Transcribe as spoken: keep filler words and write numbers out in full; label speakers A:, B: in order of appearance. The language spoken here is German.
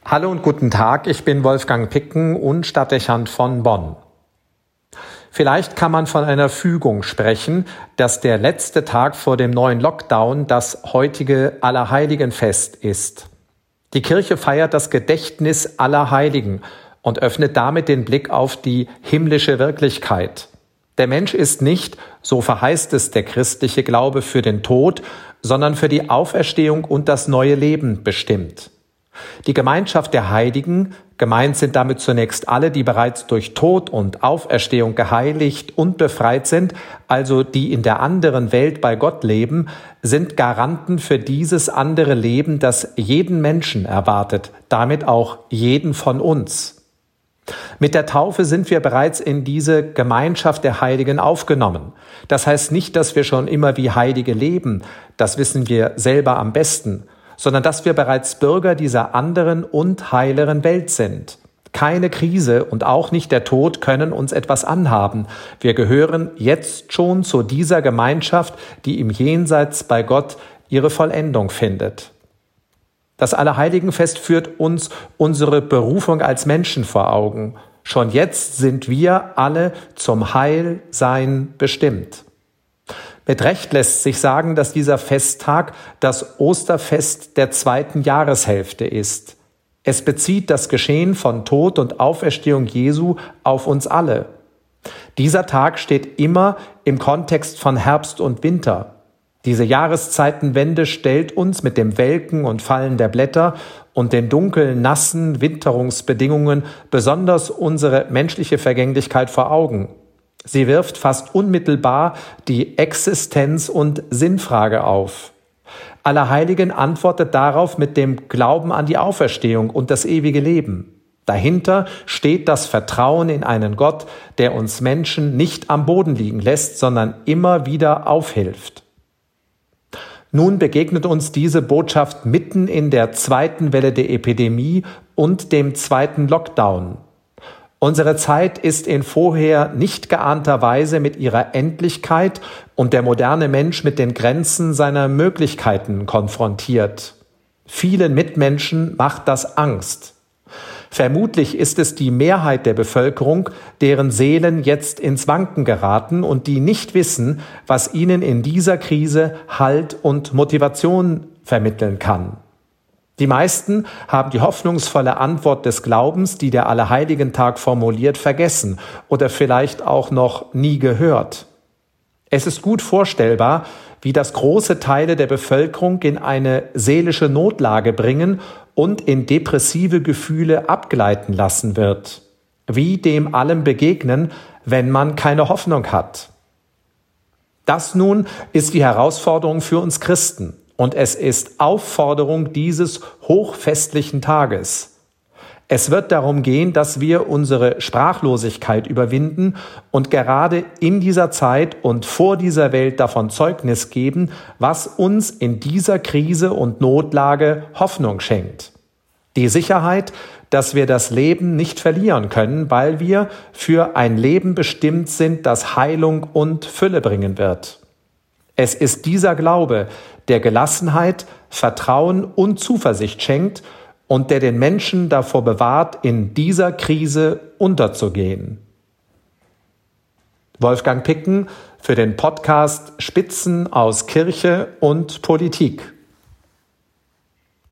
A: Hallo und guten Tag, ich bin Wolfgang Picken und Stadtdechant von Bonn. Vielleicht kann man von einer Fügung sprechen, dass der letzte Tag vor dem neuen Lockdown das heutige Allerheiligenfest ist. Die Kirche feiert das Gedächtnis aller Heiligen und öffnet damit den Blick auf die himmlische Wirklichkeit. Der Mensch ist nicht, so verheißt es der christliche Glaube, für den Tod, sondern für die Auferstehung und das neue Leben bestimmt. Die Gemeinschaft der Heiligen, gemeint sind damit zunächst alle, die bereits durch Tod und Auferstehung geheiligt und befreit sind, also die in der anderen Welt bei Gott leben, sind Garanten für dieses andere Leben, das jeden Menschen erwartet, damit auch jeden von uns. Mit der Taufe sind wir bereits in diese Gemeinschaft der Heiligen aufgenommen. Das heißt nicht, dass wir schon immer wie Heilige leben, das wissen wir selber am besten, sondern dass wir bereits Bürger dieser anderen und heileren Welt sind. Keine Krise und auch nicht der Tod können uns etwas anhaben. Wir gehören jetzt schon zu dieser Gemeinschaft, die im Jenseits bei Gott ihre Vollendung findet. Das Allerheiligenfest führt uns unsere Berufung als Menschen vor Augen. Schon jetzt sind wir alle zum Heilsein bestimmt. Mit Recht lässt sich sagen, dass dieser Festtag das Osterfest der zweiten Jahreshälfte ist. Es bezieht das Geschehen von Tod und Auferstehung Jesu auf uns alle. Dieser Tag steht immer im Kontext von Herbst und Winter. Diese Jahreszeitenwende stellt uns mit dem Welken und Fallen der Blätter und den dunklen, nassen Witterungsbedingungen besonders unsere menschliche Vergänglichkeit vor Augen. Sie wirft fast unmittelbar die Existenz- und Sinnfrage auf. Allerheiligen antwortet darauf mit dem Glauben an die Auferstehung und das ewige Leben. Dahinter steht das Vertrauen in einen Gott, der uns Menschen nicht am Boden liegen lässt, sondern immer wieder aufhilft. Nun begegnet uns diese Botschaft mitten in der zweiten Welle der Epidemie und dem zweiten Lockdown. Unsere Zeit ist in vorher nicht geahnter Weise mit ihrer Endlichkeit und der moderne Mensch mit den Grenzen seiner Möglichkeiten konfrontiert. Vielen Mitmenschen macht das Angst. Vermutlich ist es die Mehrheit der Bevölkerung, deren Seelen jetzt ins Wanken geraten und die nicht wissen, was ihnen in dieser Krise Halt und Motivation vermitteln kann. Die meisten haben die hoffnungsvolle Antwort des Glaubens, die der Allerheiligentag formuliert, vergessen oder vielleicht auch noch nie gehört. Es ist gut vorstellbar, wie das große Teile der Bevölkerung in eine seelische Notlage bringen und in depressive Gefühle abgleiten lassen wird. Wie dem allem begegnen, wenn man keine Hoffnung hat. Das nun ist die Herausforderung für uns Christen. Und es ist Aufforderung dieses hochfestlichen Tages. Es wird darum gehen, dass wir unsere Sprachlosigkeit überwinden und gerade in dieser Zeit und vor dieser Welt davon Zeugnis geben, was uns in dieser Krise und Notlage Hoffnung schenkt. Die Sicherheit, dass wir das Leben nicht verlieren können, weil wir für ein Leben bestimmt sind, das Heilung und Fülle bringen wird. Es ist dieser Glaube, der Gelassenheit, Vertrauen und Zuversicht schenkt und der den Menschen davor bewahrt, in dieser Krise unterzugehen. Wolfgang Picken für den Podcast Spitzen aus Kirche und Politik.